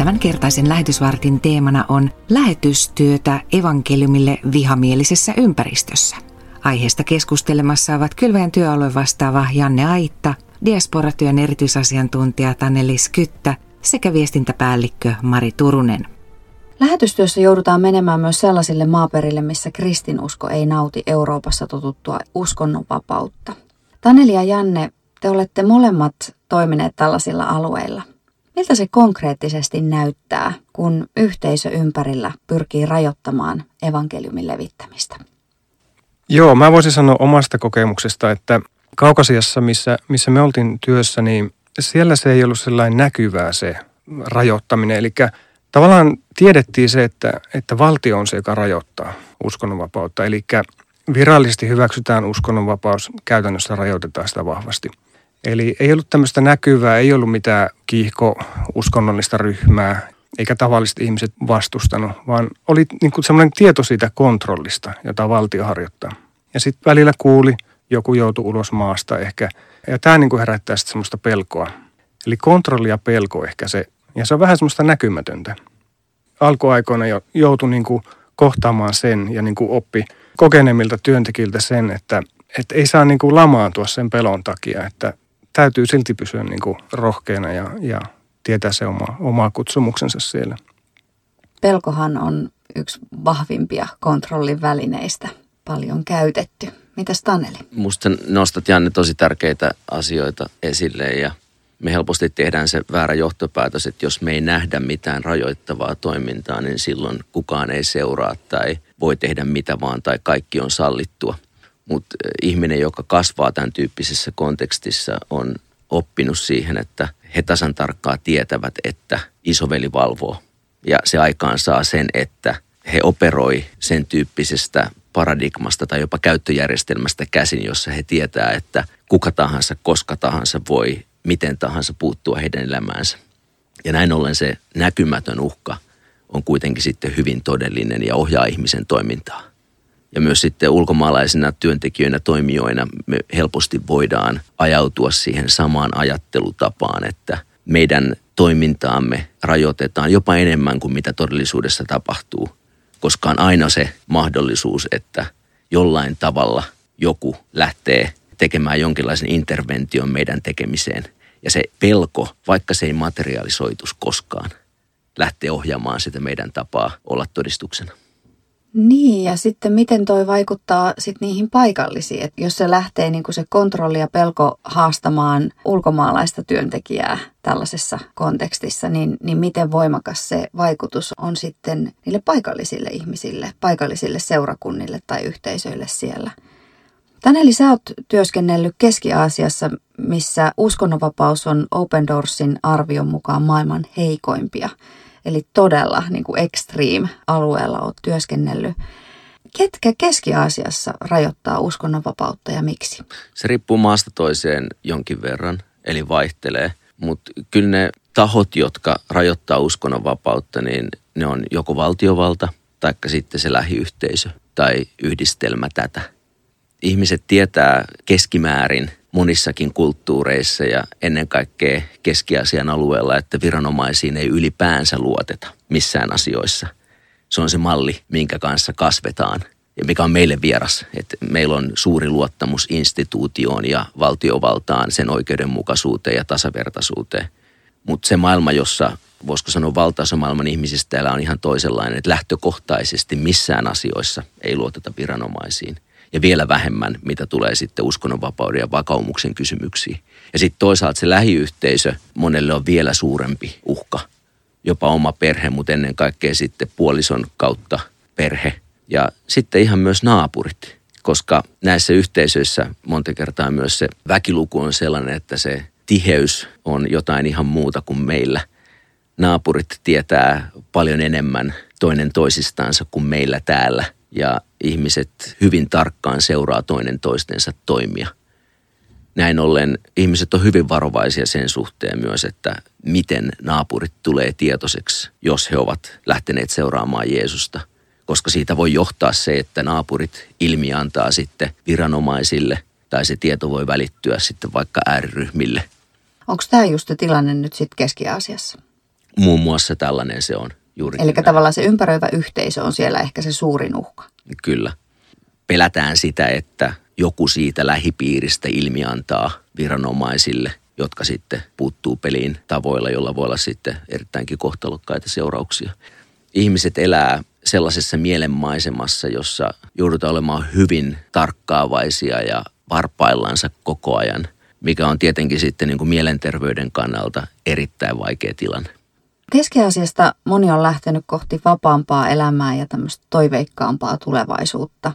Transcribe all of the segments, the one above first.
Tämänkertaisen lähetysvartin teemana on lähetystyötä evankeliumille vihamielisessä ympäristössä. Aiheesta keskustelemassa ovat Kylväjän työalue vastaava Janne Aitta, diasporatyön erityisasiantuntija Taneli Skyttä sekä viestintäpäällikkö Mari Turunen. Lähetystyössä joudutaan menemään myös sellaisille maaperille, missä kristinusko ei nauti Euroopassa totuttua uskonnonvapautta. Taneli ja Janne, te olette molemmat toimineet tällaisilla alueilla. Miltä se konkreettisesti näyttää, kun yhteisö ympärillä pyrkii rajoittamaan evankeliumin levittämistä? Joo, mä voisin sanoa omasta kokemuksesta, että Kaukasiassa, missä me oltiin työssä, niin siellä se ei ollut sellainen näkyvää se rajoittaminen. Eli tavallaan tiedettiin se, että valtio on se, joka rajoittaa uskonnonvapautta. Eli virallisesti hyväksytään uskonnonvapaus, käytännössä rajoitetaan sitä vahvasti. Eli ei ollut tämmöistä näkyvää, ei ollut mitään kiihko-uskonnollista ryhmää, eikä tavalliset ihmiset vastustanut, vaan oli niin kuin semmoinen tieto siitä kontrollista, jota valtio harjoittaa. Ja sitten välillä kuuli, joku joutui ulos maasta ehkä, ja tämä niin kuin herättää sitten semmoista pelkoa. Eli kontrolli ja pelko ehkä se, ja se on vähän semmoista näkymätöntä. Alkuaikoina joutui niin kuin kohtaamaan sen ja niin kuin oppi kokeneemmilta työntekijöiltä sen, että ei saa niin kuin lamaantua sen pelon takia, että täytyy silti pysyä niin kuin rohkeana ja tietää se oma kutsumuksensa siellä. Pelkohan on yksi vahvimpia kontrollin välineistä, paljon käytetty. Mitäs Taneli? Musta nostat, Janne, tosi tärkeitä asioita esille ja me helposti tehdään se väärä johtopäätös, että jos me ei nähdä mitään rajoittavaa toimintaa, niin silloin kukaan ei seuraa tai voi tehdä mitä vaan tai kaikki on sallittua. Mutta ihminen, joka kasvaa tämän tyyppisessä kontekstissa, on oppinut siihen, että he tasan tarkkaan tietävät, että isoveli valvoo. Ja se aikaan saa sen, että he operoi sen tyyppisestä paradigmasta tai jopa käyttöjärjestelmästä käsin, jossa he tietää, että kuka tahansa, koska tahansa voi miten tahansa puuttua heidän elämäänsä. Ja näin ollen se näkymätön uhka on kuitenkin sitten hyvin todellinen ja ohjaa ihmisen toimintaa. Ja myös sitten ulkomaalaisina työntekijöinä, toimijoina me helposti voidaan ajautua siihen samaan ajattelutapaan, että meidän toimintaamme rajoitetaan jopa enemmän kuin mitä todellisuudessa tapahtuu, koska on aina se mahdollisuus, että jollain tavalla joku lähtee tekemään jonkinlaisen intervention meidän tekemiseen. Ja se pelko, vaikka se ei materialisoitus koskaan, lähtee ohjaamaan sitä meidän tapaa olla todistuksena. Niin, ja sitten miten toi vaikuttaa sitten niihin paikallisiin, että jos se lähtee niin kuin se kontrolli ja pelko haastamaan ulkomaalaista työntekijää tällaisessa kontekstissa, niin miten voimakas se vaikutus on sitten niille paikallisille ihmisille, paikallisille seurakunnille tai yhteisöille siellä. Taneli, sä oot työskennellyt Keski-Aasiassa, missä uskonnonvapaus on Open Doorsin arvion mukaan maailman heikoimpia. Eli todella niin kuin extreme-alueella olet työskennellyt. Ketkä Keski-Aasiassa rajoittaa uskonnonvapautta ja miksi? Se riippuu maasta toiseen jonkin verran, eli vaihtelee. Mutta kyllä ne tahot, jotka rajoittaa uskonnonvapautta, niin ne on joko valtiovalta, tai sitten se lähiyhteisö tai yhdistelmä tätä. Ihmiset tietää keskimäärin monissakin kulttuureissa ja ennen kaikkea Keski-Aasian alueella, että viranomaisiin ei ylipäänsä luoteta missään asioissa. Se on se malli, minkä kanssa kasvetaan ja mikä on meille vieras. Että meillä on suuri luottamus instituutioon ja valtiovaltaan, sen oikeudenmukaisuuteen ja tasavertaisuuteen. Mutta se maailma, jossa voisiko sanoa valtaosa maailman ihmisistä täällä on ihan toisenlainen, että lähtökohtaisesti missään asioissa ei luoteta viranomaisiin. Ja vielä vähemmän, mitä tulee sitten uskonnonvapauden ja vakaumuksen kysymyksiin. Ja sitten toisaalta se lähiyhteisö monelle on vielä suurempi uhka. Jopa oma perhe, mutta ennen kaikkea sitten puolison kautta perhe. Ja sitten ihan myös naapurit, koska näissä yhteisöissä monta kertaa myös se väkiluku on sellainen, että se tiheys on jotain ihan muuta kuin meillä. Naapurit tietää paljon enemmän toinen toisistansa kuin meillä täällä. Ja ihmiset hyvin tarkkaan seuraa toinen toistensa toimia. Näin ollen ihmiset on hyvin varovaisia sen suhteen myös, että miten naapurit tulee tietoiseksi, jos he ovat lähteneet seuraamaan Jeesusta. Koska siitä voi johtaa se, että naapurit ilmiantaa sitten viranomaisille tai se tieto voi välittyä sitten vaikka ääriryhmille. Onko tämä just se tilanne nyt sitten Keski-Aasiassa? Muun muassa tällainen se on juurikin. Eli tavallaan se ympäröivä yhteisö on siellä ehkä se suurin uhka. Kyllä. Pelätään sitä, että joku siitä lähipiiristä ilmiantaa viranomaisille, jotka sitten puuttuu peliin tavoilla, jolla voi olla sitten erittäinkin kohtalokkaita seurauksia. Ihmiset elää sellaisessa mielenmaisemassa, jossa joudutaan olemaan hyvin tarkkaavaisia ja varpaillansa koko ajan, mikä on tietenkin sitten niin kuin mielenterveyden kannalta erittäin vaikea tilanne. Keski-Aasiasta moni on lähtenyt kohti vapaampaa elämää ja tämmöistä toiveikkaampaa tulevaisuutta.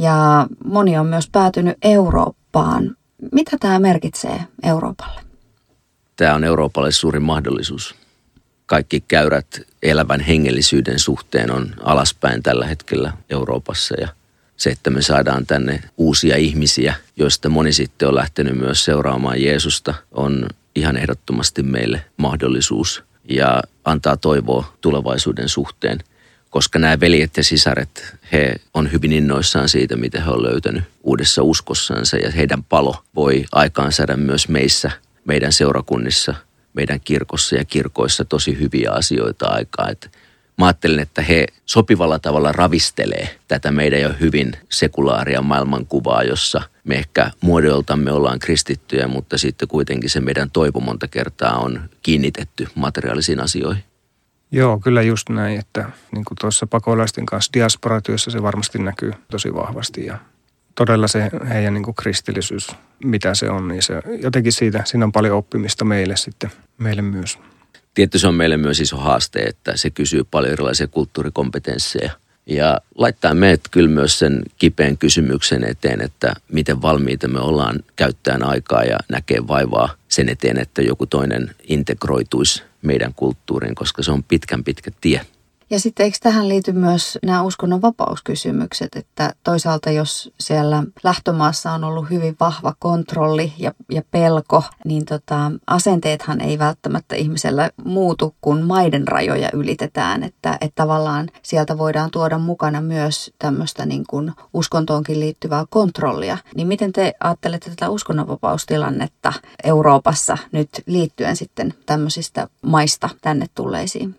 Ja moni on myös päätynyt Eurooppaan. Mitä tämä merkitsee Euroopalle? Tämä on Euroopalle suuri mahdollisuus. Kaikki käyrät elävän hengellisyyden suhteen on alaspäin tällä hetkellä Euroopassa. Ja se, että me saadaan tänne uusia ihmisiä, joista moni sitten on lähtenyt myös seuraamaan Jeesusta, on ihan ehdottomasti meille mahdollisuus ja antaa toivoa tulevaisuuden suhteen. Koska nämä veljet ja sisaret, he on hyvin innoissaan siitä, mitä he on löytänyt uudessa uskossansa. Ja heidän palo voi aikaansaada myös meissä, meidän seurakunnissa, meidän kirkossa ja kirkoissa tosi hyviä asioita aikaa. Mä ajattelen, että he sopivalla tavalla ravistelee tätä meidän jo hyvin sekulaaria maailmankuvaa, jossa me ehkä muodoltamme ollaan kristittyjä, mutta sitten kuitenkin se meidän toivo monta kertaa on kiinnitetty materiaalisiin asioihin. Joo, kyllä just näin, että niin kuin tuossa pakolaisten kanssa diasporatyössä se varmasti näkyy tosi vahvasti ja todella se heidän niin kuin kristillisyys, mitä se on, niin se jotenkin siinä on paljon oppimista meille myös. Tietysti se on meille myös iso haaste, että se kysyy paljon erilaisia kulttuurikompetensseja ja laittaa meidät kyllä myös sen kipeän kysymyksen eteen, että miten valmiita me ollaan käyttämään aikaa ja näkee vaivaa sen eteen, että joku toinen integroituisi meidän kulttuuriin, koska se on pitkä tie. Ja sitten eikö tähän liity myös nämä uskonnonvapauskysymykset, että toisaalta jos siellä lähtömaassa on ollut hyvin vahva kontrolli ja pelko, niin asenteethan ei välttämättä ihmisellä muutu, kun maiden rajoja ylitetään, että tavallaan sieltä voidaan tuoda mukana myös tämmöistä niin kuin uskontoonkin liittyvää kontrollia. Niin miten te ajattelette tätä uskonnonvapaustilannetta Euroopassa nyt liittyen sitten tämmöisistä maista tänne tulleisiin?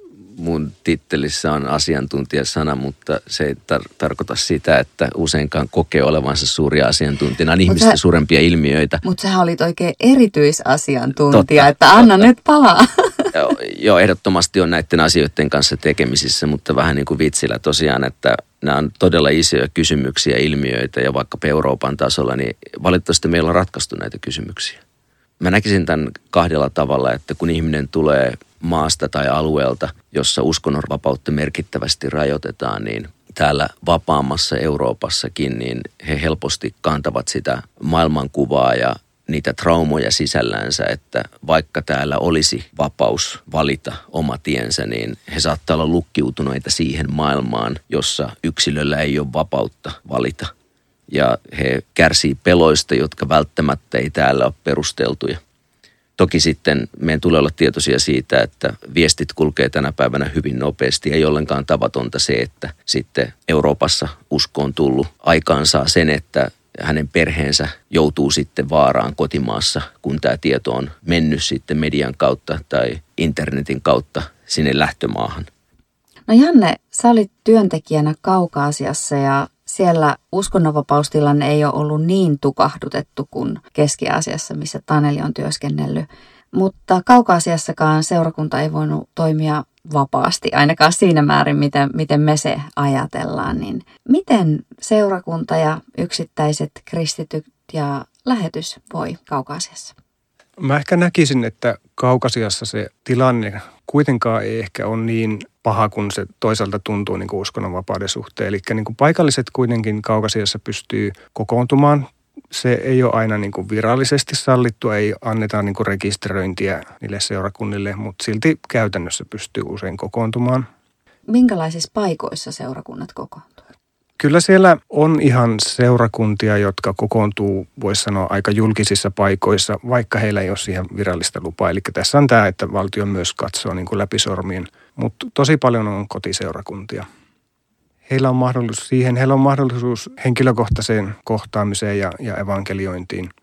Mun tittelissä on asiantuntijasana, mutta se ei tarkoita sitä, että useinkaan kokee olevansa suuria asiantuntijana ihmisten suurempia ilmiöitä. Mutta sähän olit oikein erityisasiantuntija, että anna nyt palaa. Joo, ehdottomasti on näiden asioiden kanssa tekemisissä, mutta vähän niin kuin vitsillä tosiaan, että nämä on todella isoja kysymyksiä, ilmiöitä ja vaikka Euroopan tasolla, niin valitettavasti meillä on ratkaistu näitä kysymyksiä. Mä näkisin tämän kahdella tavalla, että kun ihminen tulee maasta tai alueelta, jossa uskonnonvapautta merkittävästi rajoitetaan, niin täällä vapaammassa Euroopassakin, niin he helposti kantavat sitä maailmankuvaa ja niitä traumoja sisällänsä, että vaikka täällä olisi vapaus valita oma tiensä, niin he saattaa olla lukkiutuneita siihen maailmaan, jossa yksilöllä ei ole vapautta valita. Ja he kärsii peloista, jotka välttämättä ei täällä ole perusteltuja. Toki sitten meidän tulee olla tietoisia siitä, että viestit kulkee tänä päivänä hyvin nopeasti. Ei ollenkaan tavatonta se, että sitten Euroopassa uskoon tullut aikaansaa sen, että hänen perheensä joutuu sitten vaaraan kotimaassa, kun tämä tieto on mennyt sitten median kautta tai internetin kautta sinne lähtömaahan. No Janne, sä olit työntekijänä Kaukaasiassa ja siellä uskonnonvapaustilanne ei ole ollut niin tukahdutettu kuin Keski-Aasiassa, missä Taneli on työskennellyt. Mutta Kaukaasiassakaan seurakunta ei voinut toimia vapaasti, ainakaan siinä määrin, miten me se ajatellaan. Niin miten seurakunta ja yksittäiset kristityt ja lähetys voi Kaukaasiassa? Mä ehkä näkisin, että Kaukasiassa se tilanne kuitenkaan ei ehkä ole niin paha, kun se toisaalta tuntuu niin kuin uskonnonvapauden suhteen. Eli niin kuin paikalliset kuitenkin Kaukasiassa pystyy kokoontumaan. Se ei ole aina niin kuin virallisesti sallittua, ei anneta niin kuin rekisteröintiä niille seurakunnille, mutta silti käytännössä pystyy usein kokoontumaan. Minkälaisissa paikoissa seurakunnat kokoontuu? Kyllä siellä on ihan seurakuntia, jotka kokoontuu, voisi sanoa, aika julkisissa paikoissa, vaikka heillä ei ole siihen virallista lupaa. Eli tässä on tämä, että valtio myös katsoo niin kuin läpi sormien, mutta tosi paljon on kotiseurakuntia. Heillä on mahdollisuus siihen, heillä on mahdollisuus henkilökohtaiseen kohtaamiseen ja evankeliointiin.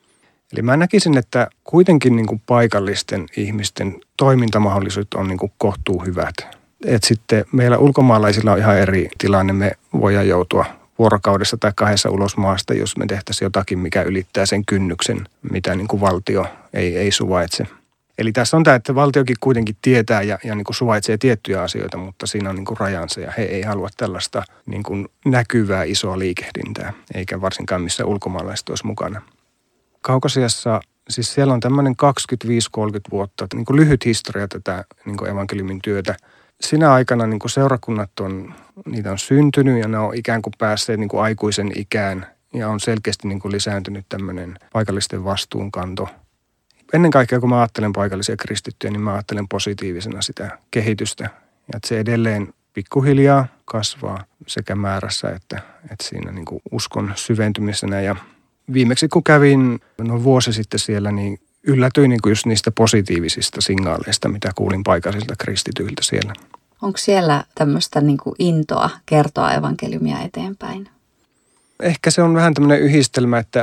Eli mä näkisin, että kuitenkin niin kuin paikallisten ihmisten toimintamahdollisuudet on niin kuin kohtuu hyvät. Et sitten meillä ulkomaalaisilla on ihan eri tilanne. Me voidaan joutua vuorokaudessa tai 2 ulos maasta, jos me tehtäisiin jotakin, mikä ylittää sen kynnyksen, mitä niin kuin valtio ei suvaitse. Eli tässä on tämä, että valtiokin kuitenkin tietää ja niin kuin suvaitsee tiettyjä asioita, mutta siinä on niin kuin rajansa ja he ei halua tällaista niin kuin näkyvää isoa liikehdintää, eikä varsinkaan missä ulkomaalaiset olisi mukana. Kaukasiassa, siis siellä on tämmöinen 25-30 vuotta, niin kuin lyhyt historia tätä niin kuin evankeliumin työtä. Sinä aikana niin kuin seurakunnat niitä on syntynyt ja ne on ikään kuin päässeet niin kuin aikuisen ikään ja on selkeästi niin kuin lisääntynyt tämmöinen paikallisten vastuunkanto. Ennen kaikkea, kun mä ajattelen paikallisia kristittyjä, niin mä ajattelen positiivisena sitä kehitystä. Ja että se edelleen pikkuhiljaa kasvaa sekä määrässä että siinä niin kuin uskon syventymisenä. Ja viimeksi kun kävin vuosi sitten siellä, niin yllätyin niin kuin just niistä positiivisista signaaleista, mitä kuulin paikallisilta kristityiltä siellä. Onko siellä tämmöistä niin kuin intoa kertoa evankeliumia eteenpäin? Ehkä se on vähän tämmöinen yhdistelmä, että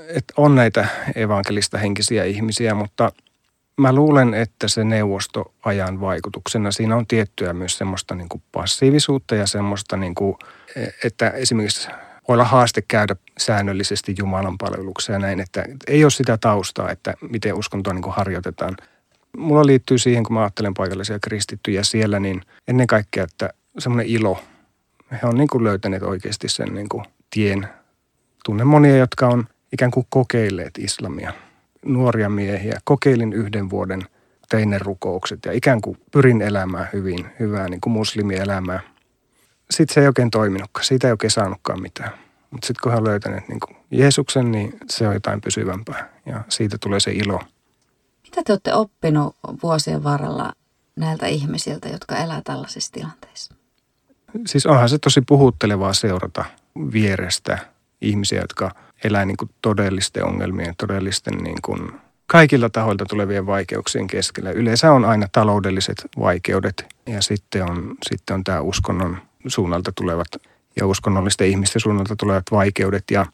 on näitä evankelista henkisiä ihmisiä, mutta mä luulen, että se neuvostoajan vaikutuksena siinä on tiettyä myös semmoista niin kuin passiivisuutta ja semmoista, niin kuin, että esimerkiksi voi olla haaste käydä säännöllisesti Jumalan palveluksia ja näin, että ei ole sitä taustaa, että miten uskontoa niin kuin harjoitetaan. Mulla liittyy siihen, kun mä ajattelen paikallisia kristittyjä siellä, niin ennen kaikkea, että semmoinen ilo. He on niin kuin löytäneet oikeasti sen niin kuin tien. Tunnen monia, jotka on ikään kuin kokeilleet islamia. Nuoria miehiä. Kokeilin 1 vuoden, tein ne rukoukset ja ikään kuin pyrin elämään hyvää niin kuin muslimielämää. Sitten se ei oikein toiminutkaan. Siitä ei oikein saanutkaan mitään. Mutta sitten kun he on löytäneet niin kuin Jeesuksen, niin se on jotain pysyvämpää ja siitä tulee se ilo. Mitä te olette oppinut vuosien varrella näiltä ihmisiltä, jotka elää tällaisissa tilanteissa? Siis onhan se tosi puhuttelevaa seurata vierestä ihmisiä, jotka elää niin kuin todellisten ongelmien, todellisten niin kuin kaikilta tahoilta tulevien vaikeuksien keskellä. Yleensä on aina taloudelliset vaikeudet ja sitten on tämä uskonnon suunnalta tulevat ja uskonnollisten ihmisten suunnalta tulevat vaikeudet. Ja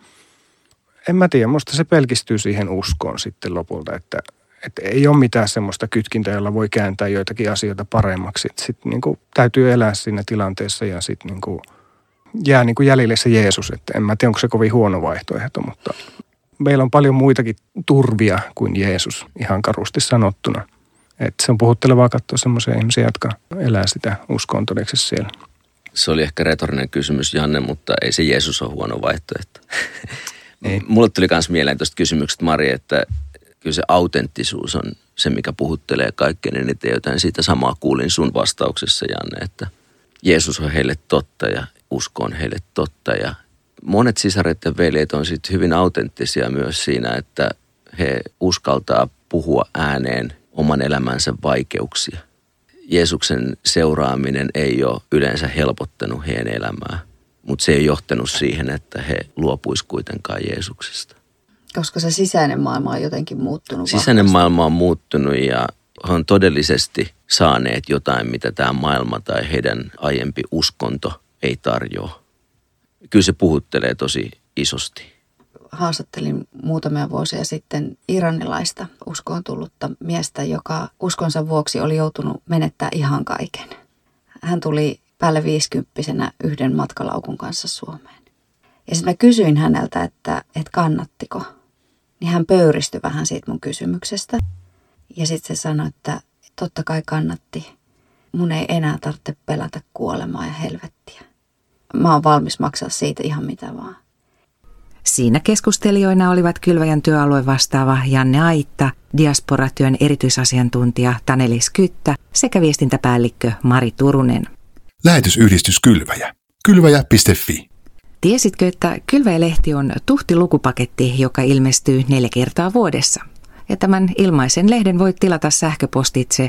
en mä tiedä, musta se pelkistyy siihen uskoon sitten lopulta, että ei ole mitään semmoista kytkintää, jolla voi kääntää joitakin asioita paremmaksi. Sitten niin kuin täytyy elää siinä tilanteessa ja sitten niin kuin jää niin kuin jäljelle se Jeesus. Että en mä tiedä, onko se kovin huono vaihtoehto, mutta meillä on paljon muitakin turvia kuin Jeesus, ihan karusti sanottuna. Että se on puhuttelevaa katsoa semmoisia ihmisiä, jotka elää sitä uskoon todeksi siellä. Se oli ehkä retorinen kysymys, Janne, mutta ei se Jeesus ole huono vaihtoehto. Mulle tuli myös mieleen tuosta kysymyksestä, Mari, että kyllä se autenttisuus on se, mikä puhuttelee kaikkein eniten, joten siitä samaa kuulin sun vastauksessa, Janne, että Jeesus on heille totta ja usko on heille totta. Ja monet sisaret ja veljet on sitten hyvin autenttisia myös siinä, että he uskaltaa puhua ääneen oman elämänsä vaikeuksia. Jeesuksen seuraaminen ei ole yleensä helpottanut heidän elämää, mutta se ei johtanut siihen, että he luopuisivat kuitenkaan Jeesuksesta. Koska se sisäinen maailma on jotenkin muuttunut. Sisäinen maailma on muuttunut ja he on todellisesti saaneet jotain, mitä tämä maailma tai heidän aiempi uskonto ei tarjoa. Kyllä se puhuttelee tosi isosti. Haastattelin muutamia vuosia sitten iranilaista uskoon tullutta miestä, joka uskonsa vuoksi oli joutunut menettää ihan kaiken. Hän tuli päälle 50-vuotiaana 1 matkalaukun kanssa Suomeen. Ja sitten mä kysyin häneltä, että kannattiko. Niin hän pöyristyi vähän siitä mun kysymyksestä. Ja sitten se sanoi, että totta kai kannatti. Mun ei enää tarvitse pelätä kuolemaa ja helvettiä. Mä oon valmis maksaa siitä ihan mitä vaan. Siinä keskustelijoina olivat Kylväjän työalue vastaava Janne Aitta, diasporatyön erityisasiantuntija Taneli Skyttä sekä viestintäpäällikkö Mari Turunen. Lähetysyhdistys Kylväjä. Kylväjä.fi. Tiesitkö, että Kylväjä-lehti on tuhti lukupaketti, joka ilmestyy 4 kertaa vuodessa? Ja tämän ilmaisen lehden voit tilata sähköpostitse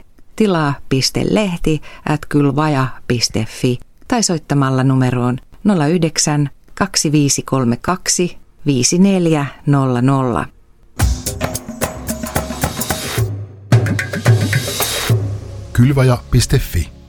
tilaa.lehti@kylvaja.fi tai soittamalla numeroon 09 2532 5400. Kylväjä.fi